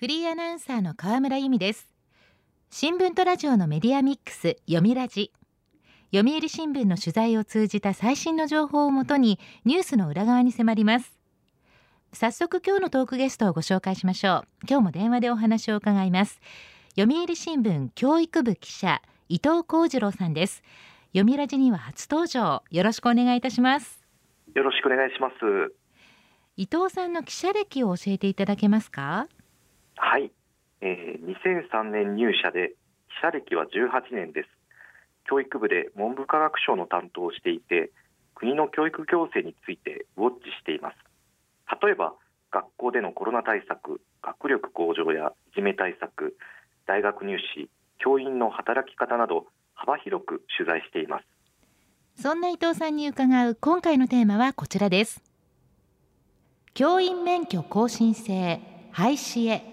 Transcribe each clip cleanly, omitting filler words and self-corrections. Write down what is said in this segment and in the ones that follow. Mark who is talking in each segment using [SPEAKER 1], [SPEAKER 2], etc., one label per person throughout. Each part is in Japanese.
[SPEAKER 1] フリーアナウンサーの河村由美です。新聞とラジオのメディアミックス、読みラジ。読売新聞の取材を通じた最新の情報をもとにニュースの裏側に迫ります。早速今日のトークゲストをご紹介しましょう。今日も電話でお話を伺います。読売新聞教育部記者伊藤幸次郎さんです。読みラジには初登場、よろしくお願いいたします。
[SPEAKER 2] よろしくお願いします。
[SPEAKER 1] 伊藤さんの記者歴を教えていただけますか？
[SPEAKER 2] はい、2003年入社で記者歴は18年です。教育部で文部科学省の担当をしていて、国の教育行政についてウォッチしています。例えば学校でのコロナ対策、学力向上やいじめ対策、大学入試、教員の働き方など幅広く取材しています。
[SPEAKER 1] そんな伊藤さんに伺う今回のテーマはこちらです。教員免許更新制廃止へ。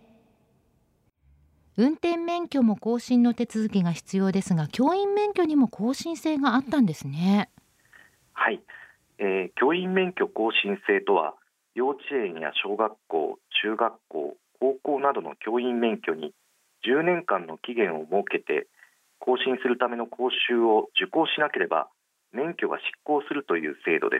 [SPEAKER 1] 運転免許も更新の手続きが必要ですが、教員免許にも更新制があったんですね。
[SPEAKER 2] はい、教員免許更新制とは、幼稚園や小学校、中学校、高校などの教員免許に10年間の期限を設けて、更新するための講習を受講しなければ免許が失効するという制度です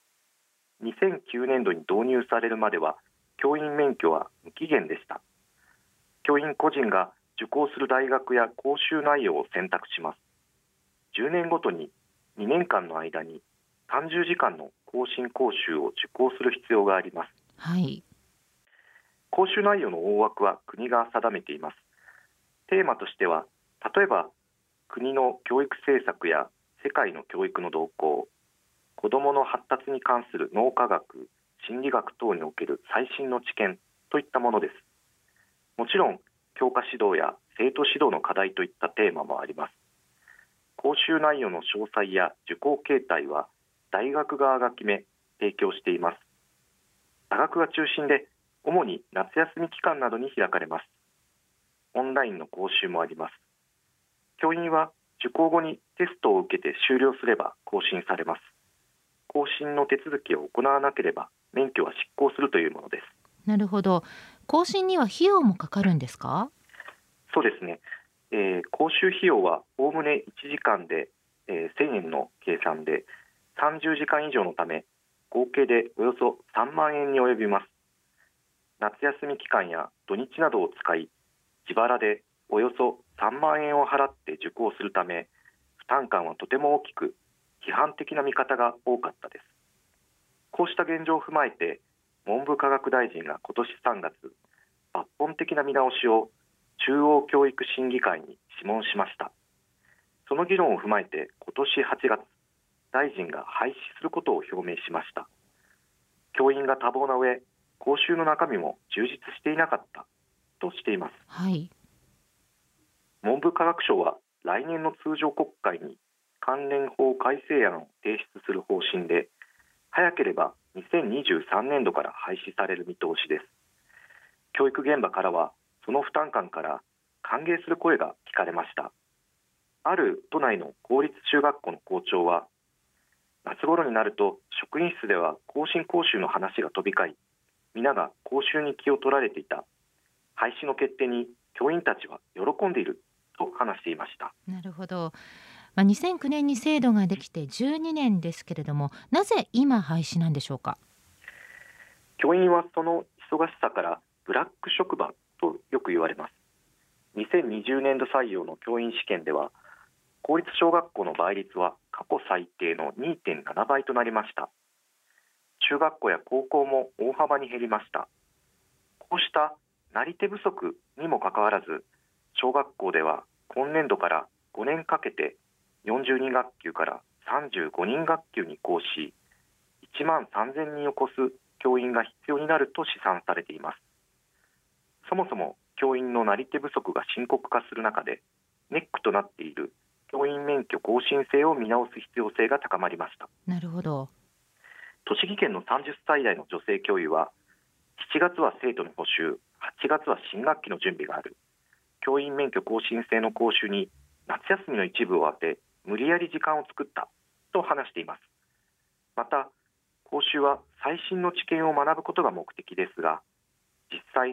[SPEAKER 2] 。2009年度に導入されるまでは教員免許は無期限でした。教員個人が受講する大学や講習内容を選択します。10年ごとに2年間の間に30時間の更新講習を受講する必要があります。
[SPEAKER 1] はい。
[SPEAKER 2] 講習内容の大枠は国が定めています。テーマとしては、例えば国の教育政策や世界の教育の動向、子どもの発達に関する脳科学、心理学等における最新の知見といったものです。もちろん教科指導や生徒指導の課題といったテーマもあります。講習内容の詳細や受講形態は大学側が決め提供しています。座学が中心で、主に夏休み期間などに開かれます。オンラインの講習もあります。教員は受講後にテストを受けて終了すれば更新されます。更新の手続きを行わなければ免許は失効するというものです。
[SPEAKER 1] なるほど。更新には費用もかかるんですか？
[SPEAKER 2] そうですね、講習費用はおおむね1時間で、1000円の計算で30時間以上のため、合計でおよそ3万円に及びます。夏休み期間や土日などを使い、自腹でおよそ3万円を払って受講するため、負担感はとても大きく、批判的な見方が多かったです。こうした現状を踏まえて、文部科学大臣が今年3月、抜本的な見直しを中央教育審議会に諮問しました。その議論を踏まえて今年8月、大臣が廃止することを表明しました。教員が多忙な上、講習の中身も充実していなかったとしています。
[SPEAKER 1] はい。
[SPEAKER 2] 文部科学省は来年の通常国会に関連法改正案を提出する方針で、早ければ2023年度から廃止される見通しです。教育現場からはその負担感から歓迎する声が聞かれました。ある都内の公立中学校の校長は、夏頃になると職員室では更新講習の話が飛び交い、皆が講習に気を取られていた。廃止の決定に教員たちは喜んでいると話していました。
[SPEAKER 1] なるほど。2009年に制度ができて12年ですけれども、なぜ今廃止なんでしょうか？
[SPEAKER 2] 教員はその忙しさからブラック職場とよく言われます。2020年度採用の教員試験では、公立小学校の倍率は過去最低の 2.7 倍となりました。中学校や高校も大幅に減りました。こうしたなり手不足にもかかわらず、小学校では今年度から5年かけて42学級から35人学級に移行し、1万3000人を超す教員が必要になると試算されています。そもそも教員のなり手不足が深刻化する中で、ネックとなっている教員免許更新制を見直す必要性が高まりました。
[SPEAKER 1] なるほど。
[SPEAKER 2] 栃木県の30歳代の女性教諭は、7月は生徒の補習、8月は新学期の準備がある。教員免許更新制の講習に夏休みの一部を当て、無理やり時間を作ったと話しています。また、講習は最新の知見を学ぶことが目的ですが、実際の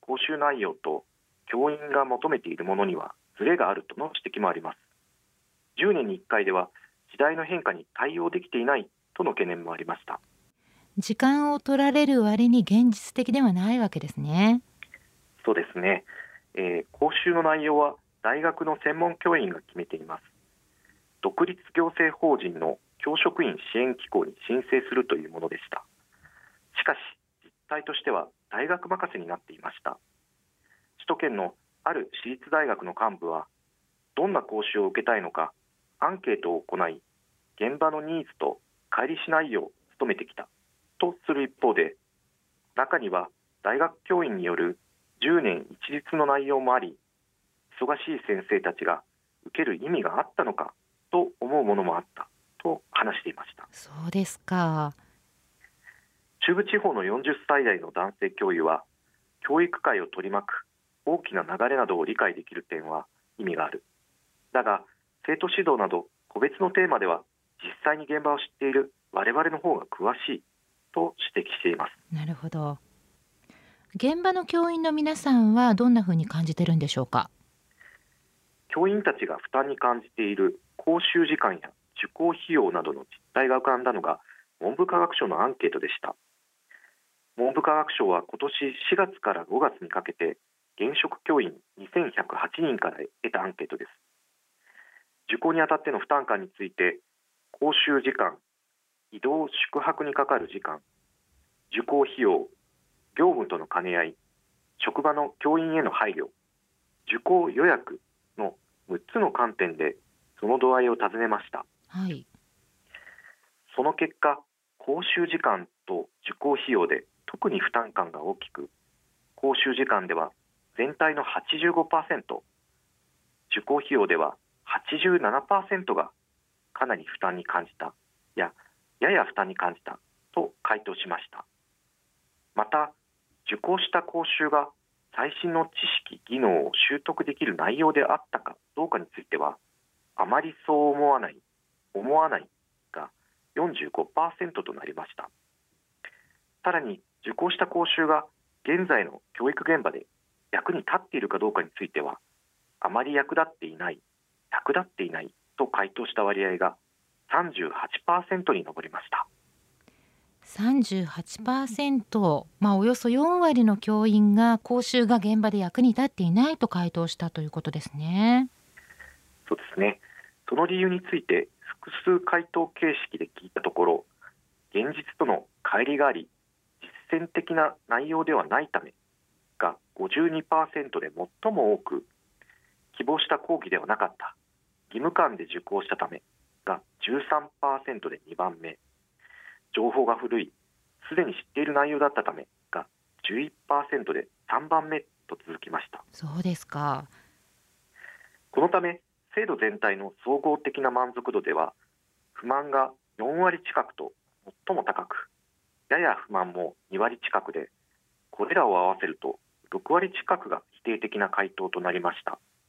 [SPEAKER 2] 講習内容と教員が求めているものにはズレがあるとの指摘もあります。10年に1回では時代の変化に対応できていないとの懸念もありました。
[SPEAKER 1] 時間を取られる割に現実的ではないわけですね。
[SPEAKER 2] そうですね、講習の内容は大学の専門教員が決めています。独立行政法人の教職員支援機構に申請するというものでした。しかし実態としては大学任せになっていました。首都圏のある私立大学の幹部は、どんな講習を受けたいのかアンケートを行い、現場のニーズと乖離しないよう努めてきたとする一方で、中には大学教員による10年一律の内容もあり、忙しい先生たちが受ける意味があったのかと思うものもあったと話していました。
[SPEAKER 1] そうですか。
[SPEAKER 2] 中部地方の40歳代の男性教諭は、教育界を取り巻く大きな流れなどを理解できる点は意味がある。だが生徒指導など個別のテーマでは実際に現場を知っている我々の方が詳しいと指摘しています。
[SPEAKER 1] なるほど。現場の教員の皆さんはどんなふうに感じてるんでしょうか。
[SPEAKER 2] 教員たちが負担に感じている講習時間や受講費用などの実態が浮かんだのが文部科学省のアンケートでした。文部科学省は今年4月から5月にかけて現職教員2108人から得たアンケートです。受講にあたっての負担感について、講習時間、移動宿泊にかかる時間、受講費用、業務との兼ね合い、職場の教員への配慮、受講予約の6つの観点でその度合いを尋ねました。
[SPEAKER 1] はい。
[SPEAKER 2] その結果、講習時間と受講費用で特に負担感が大きく、講習時間では全体の 85%、受講費用では 87% がかなり負担に感じたやや負担に感じたと回答しました。また、受講した講習が最新の知識・技能を習得できる内容であったかどうかについては、あまりそう思わないが 45% となりました。さらに、受講した講習が現在の教育現場で役に立っているかどうかについては、あまり役立っていないと回答した割合が 38% に上りました。
[SPEAKER 1] 38%、およそ4割の教員が講習が現場で役に立っていないと回答したということですね。
[SPEAKER 2] そうですね。その理由について複数回答形式で聞いたところ、現実との乖離があり、実践的な内容ではないためが 52% で最も多く、希望した講義ではなかった、義務感で受講したためが 13% で2番目、情報が古い、すでに知っている内容だったためが 11% で3番目と続きました。
[SPEAKER 1] そうですか。
[SPEAKER 2] このため制度全体の総合的な満足度では、不満が4割近くと最も高く、やや不満も2割近くで、これらを合わせると6割近くが否定的な回答となりました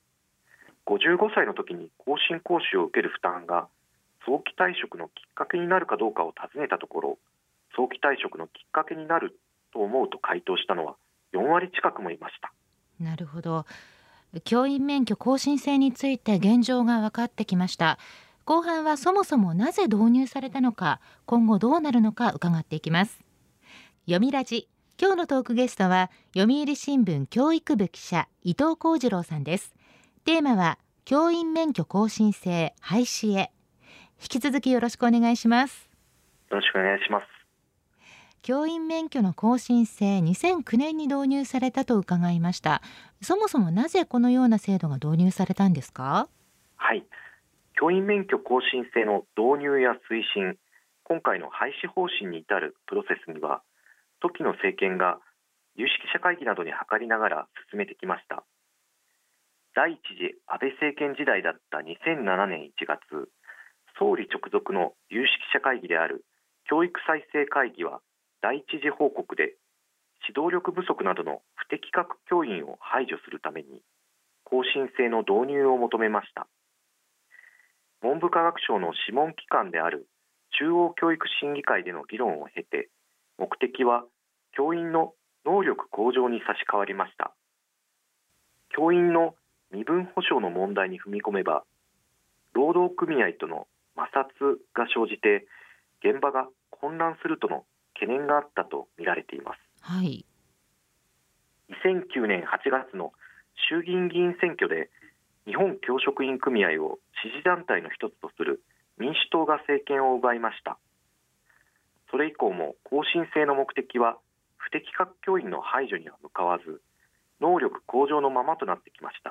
[SPEAKER 2] 。55歳の時に更新講習を受ける負担が早期退職のきっかけになるかどうかを尋ねたところ、早期退職のきっかけになると思うと回答したのは4割近くもいました。
[SPEAKER 1] なるほど。教員免許更新制について現状が分かってきました。後半はそもそもなぜ導入されたのか、今後どうなるのか伺っていきます。読みラジ、今日のトークゲストは読売新聞教育部記者伊藤幸次郎さんです。テーマは教員免許更新制廃止へ。引き続きよろしくお願いします。
[SPEAKER 2] よろしくお願いします。
[SPEAKER 1] 教員免許の更新制、2009年に導入されたと伺いました。そもそもなぜこのような制度が導入されたんですか？
[SPEAKER 2] はい、教員免許更新制の導入や推進、今回の廃止方針に至るプロセスには、時の政権が有識者会議などに諮りながら進めてきました。第一次安倍政権時代だった2007年1月、総理直属の有識者会議である教育再生会議は第一次報告で、指導力不足などの不適格教員を排除するために更新制の導入を求めました。文部科学省の諮問機関である中央教育審議会での議論を経て、目的は教員の能力向上に差し替わりました。教員の身分保障の問題に踏み込めば、労働組合との摩擦が生じて現場が混乱するとの懸念があったとみられています。
[SPEAKER 1] はい。
[SPEAKER 2] 2009年8月の衆議院議員選挙で日本教職員組合を支持団体の一つとする民主党が政権を奪いました。それ以降も更新制の目的は不適格教員の排除には向かわず、能力向上のままとなってきました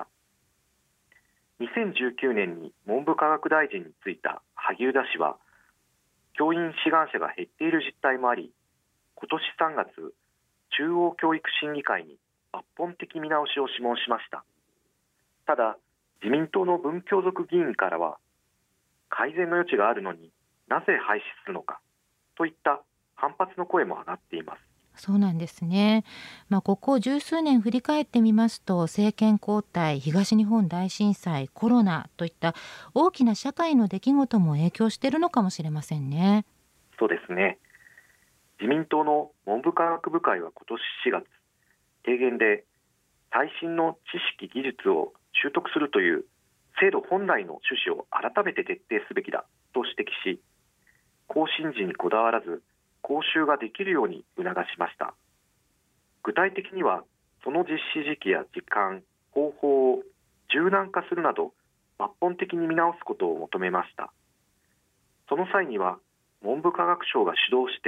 [SPEAKER 2] 。2019年に文部科学大臣に就いた萩生田氏は、教員志願者が減っている実態もあり、今年3月、中央教育審議会に抜本的見直しを諮問しました。ただ、自民党の文教族議員からは、改善の余地があるのになぜ廃止するのかといった反発の声も上がっています。
[SPEAKER 1] そうなんですね。ここ十数年振り返ってみますと、政権交代、東日本大震災、コロナといった大きな社会の出来事も影響しているのかもしれませんね。
[SPEAKER 2] そうですね。自民党の文部科学部会は今年4月、提言で最新の知識技術を習得するという制度本来の趣旨を改めて徹底すべきだと指摘し、更新時にこだわらず講習ができるように促しました。具体的には、その実施時期や時間、方法を柔軟化するなど抜本的に見直すことを求めました。その際には、文部科学省が主導して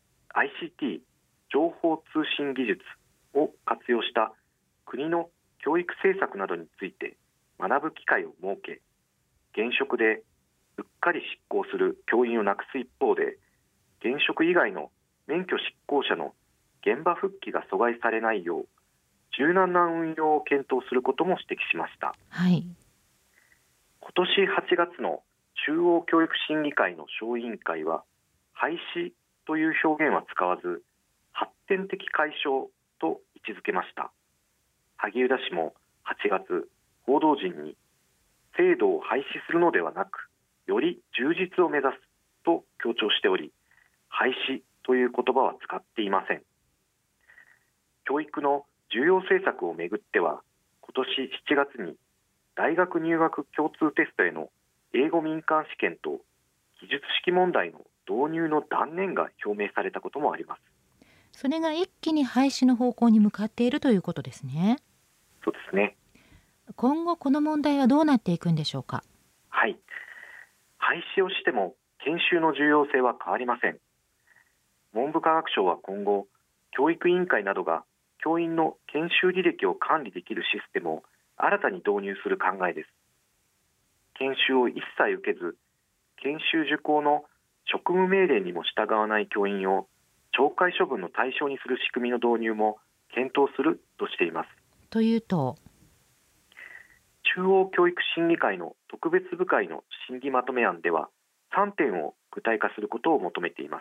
[SPEAKER 2] ICT 情報通信技術を活用した国の教育政策などについて学ぶ機会を設け、現職でうっかり執行する教員をなくす一方で、現職以外の免許執行者の現場復帰が阻害されないよう柔軟な運用を検討することも指摘しました。
[SPEAKER 1] はい。
[SPEAKER 2] 今年8月の中央教育審議会の小委員会は、廃止という表現は使わず発展的解消と位置づけました。萩生田氏も8月、報道陣に制度を廃止するのではなく、より充実を目指すと強調しており、廃止という言葉は使っていません。教育の重要政策をめぐっては、今年7月に大学入学共通テストへの英語民間試験と記述式問題の導入の断念が表明されたこともあります。
[SPEAKER 1] それが一気に廃止の方向に向かっているということですね。
[SPEAKER 2] そうですね。
[SPEAKER 1] 今後この問題はどうなっていくんでしょうか。
[SPEAKER 2] はい。廃止をしても研修の重要性は変わりません。文部科学省は今後、教育委員会などが教員の研修履歴を管理できるシステムを新たに導入する考えです。研修を一切受けず、研修受講の職務命令にも従わない教員を懲戒処分の対象にする仕組みの導入も検討するとしています。
[SPEAKER 1] というと、
[SPEAKER 2] 中央教育審議会の特別部会の審議まとめ案では、3点を具体化することを求めています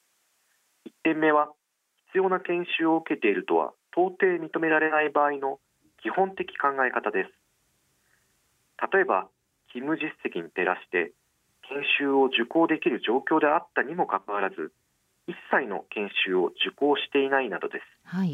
[SPEAKER 2] 。1点目は、必要な研修を受けているとは到底認められない場合の基本的考え方です。例えば、勤務実績に照らして研修を受講できる状況であったにもかかわらず、一切の研修を受講していないなどです。
[SPEAKER 1] はい。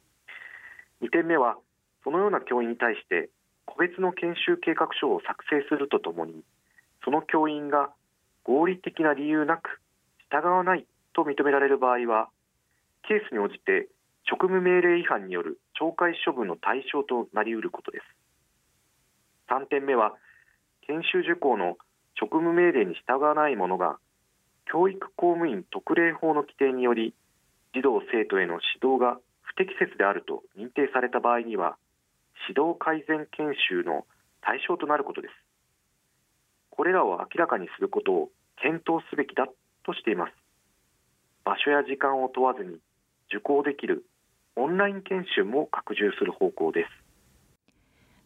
[SPEAKER 2] 2点目は、そのような教員に対して個別の研修計画書を作成するとともに、その教員が合理的な理由なく従わないと認められる場合は、ケースに応じて職務命令違反による懲戒処分の対象となりうることです。3点目は、研修受講の職務命令に従わない者が教育公務員特例法の規定により児童生徒への指導が不適切であると認定された場合には、指導改善研修の対象となることです。これらを明らかにすることを検討すべきだとしています。場所や時間を問わずに受講できるオンライン研修も拡充する方向です。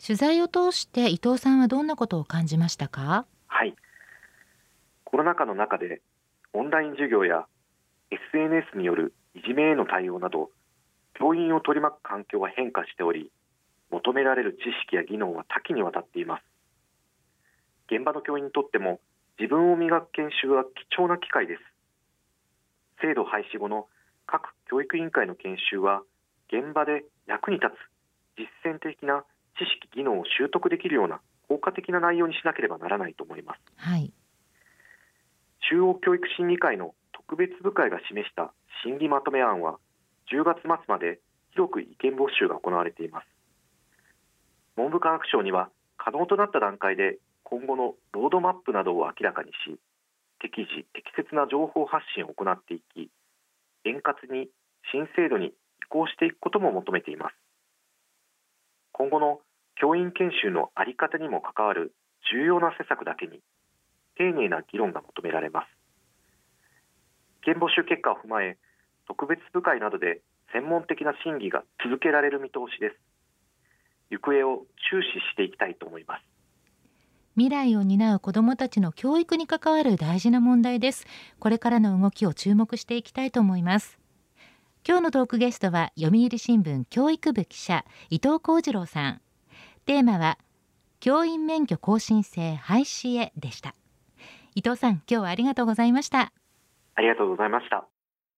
[SPEAKER 1] 取材を通して伊藤さんはどんなことを感じましたか。
[SPEAKER 2] はい。コロナ禍の中でオンライン授業や SNS によるいじめへの対応など、教員を取り巻く環境は変化しており、求められる知識や技能は多岐にわたっています。現場の教員にとっても自分を磨く研修は貴重な機会です。制度廃止後の各教育委員会の研修は現場で役に立つ実践的な知識技能を習得できるような効果的な内容にしなければならないと思います。
[SPEAKER 1] はい。
[SPEAKER 2] 中央教育審議会の特別部会が示した審議まとめ案は10月末まで広く意見募集が行われています。文部科学省には可能となった段階で今後のロードマップなどを明らかにし、適時適切な情報発信を行っていき、円滑に新制度に移行していくことも求めています。今後の教員研修の在り方にも関わる重要な施策だけに丁寧な議論が求められます。意見募集結果を踏まえ、特別部会などで専門的な審議が続けられる見通しです。行方を注視していきたいと思います。
[SPEAKER 1] 未来を担う子どもたちの教育に関わる大事な問題です。これからの動きを注目していきたいと思います。今日のトークゲストは読売新聞教育部記者伊藤幸次郎さん。テーマは教員免許更新制廃止へでした。伊藤さん、今日はありがとうございました。
[SPEAKER 2] ありがとうございました。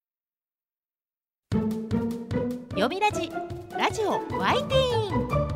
[SPEAKER 1] 読みラジオワイティーン。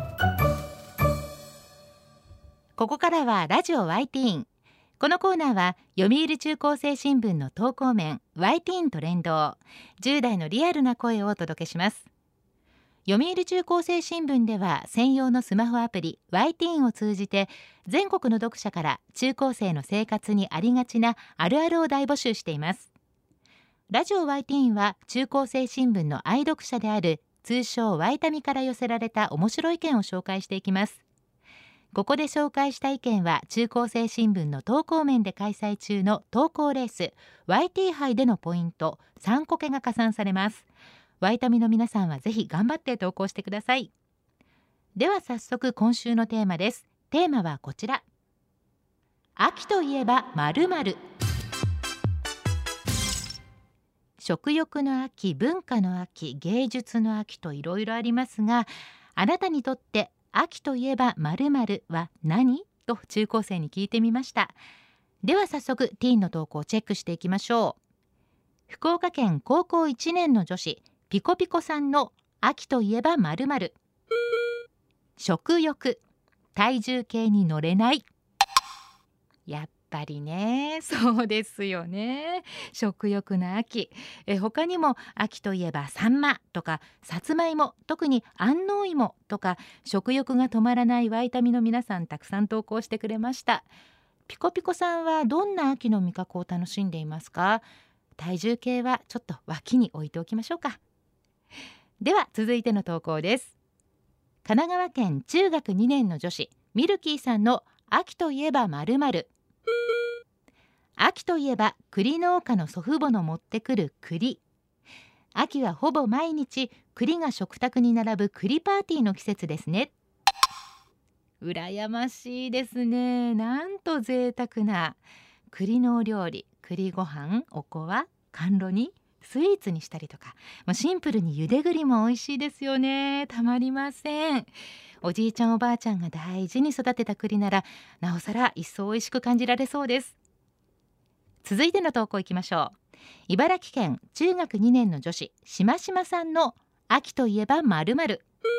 [SPEAKER 1] ここからはラジオワイティーン。このコーナーは読売中高生新聞の投稿面ワイティーンと連動、10代のリアルな声をお届けします。読売中高生新聞では専用のスマホアプリワイティーンを通じて全国の読者から中高生の生活にありがちなあるあるを大募集しています。ラジオワイティーンは中高生新聞の愛読者である通称ワイタミから寄せられた面白い意見を紹介していきます。ここで紹介した意見は中高生新聞の投稿面で開催中の投稿レース YT 杯でのポイント3個けが加算されます。ワイタミの皆さんはぜひ頑張って投稿してください。では早速今週のテーマです。テーマはこちら。秋といえば〇〇。食欲の秋、文化の秋、芸術の秋といろいろありますが、あなたにとって秋といえば〇〇は何？と中高生に聞いてみました。では早速ティーンの投稿をチェックしていきましょう。福岡県高校1年の女子ピコピコさんの秋といえば〇〇。食欲、体重計に乗れない。やっぱりね、そうですよね。食欲の秋。他にも秋といえばサンマとかさつまいも、特に安納芋とか食欲が止まらないワイタミの皆さんたくさん投稿してくれました。ピコピコさんはどんな秋の味覚を楽しんでいますか？体重計はちょっと脇に置いておきましょうか。では続いての投稿です。神奈川県中学2年の女子ミルキーさんの秋といえば〇〇。秋といえば栗農家の祖父母の持ってくる栗。秋はほぼ毎日栗が食卓に並ぶ栗パーティーの季節ですね。羨ましいですね。なんと贅沢な栗のお料理、栗ご飯、おこわ、甘露煮、スイーツにしたりとか、シンプルに茹で栗も美味しいですよね。たまりません。おじいちゃんおばあちゃんが大事に育てた栗ならなおさら一層美味しく感じられそうです。続いての投稿いきましょう。茨城県中学2年の女子しましまさんの秋といえば〇〇。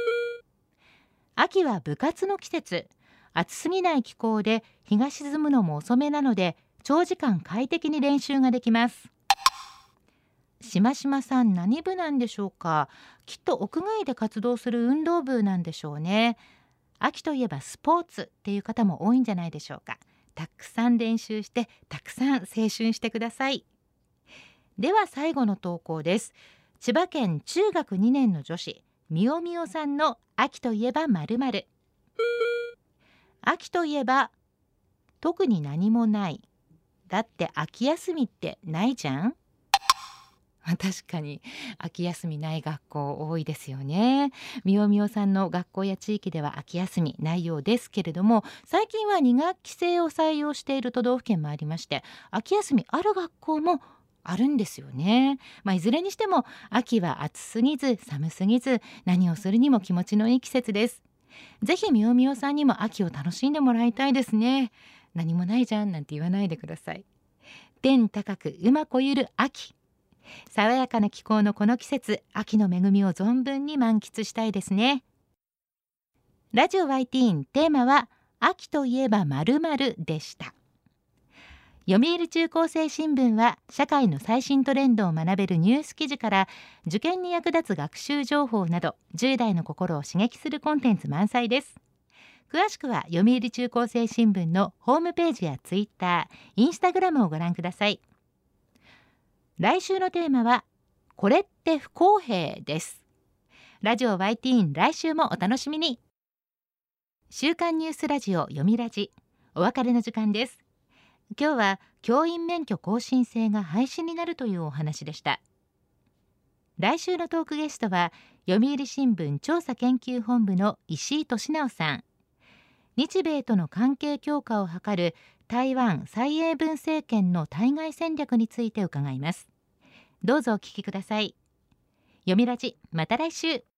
[SPEAKER 1] 秋は部活の季節。暑すぎない気候で日が沈むのも遅めなので長時間快適に練習ができます。しましまさん何部なんでしょうか？きっと屋外で活動する運動部なんでしょうね。秋といえばスポーツっていう方も多いんじゃないでしょうか。たくさん練習してたくさん青春してください。では最後の投稿です。千葉県中学2年の女子みおみおさんの秋といえば〇〇。秋といえば特に何もない。だって秋休みってないじゃん。確かに秋休みない学校多いですよね。みおみおさんの学校や地域では秋休みないようですけれども、最近は2学期制を採用している都道府県もありまして、秋休みある学校もあるんですよね。いずれにしても秋は暑すぎず寒すぎず何をするにも気持ちのいい季節です。ぜひみおみおさんにも秋を楽しんでもらいたいですね。何もないじゃんなんて言わないでください。天高く馬こゆる秋。 爽やかな気候のこの季節、秋の恵みを存分に満喫したいですね。ラジオ YT テーマは秋といえば〇〇でした。読売中高生新聞は社会の最新トレンドを学べるニュース記事から受験に役立つ学習情報など10代の心を刺激するコンテンツ満載です。詳しくは読売中高生新聞のホームページやツイッター、インスタグラムをご覧ください。来週のテーマはこれって不公平です。ラジオ YT 来週もお楽しみに。週刊ニュースラジオ読みラジ、お別れの時間です。今日は教員免許更新制が廃止になるというお話でした。来週のトークゲストは読売新聞調査研究本部の石井俊直さん。日米との関係強化を図る台湾蔡英文政権の対外戦略について伺います。どうぞお聞きください。読みラジ、また来週。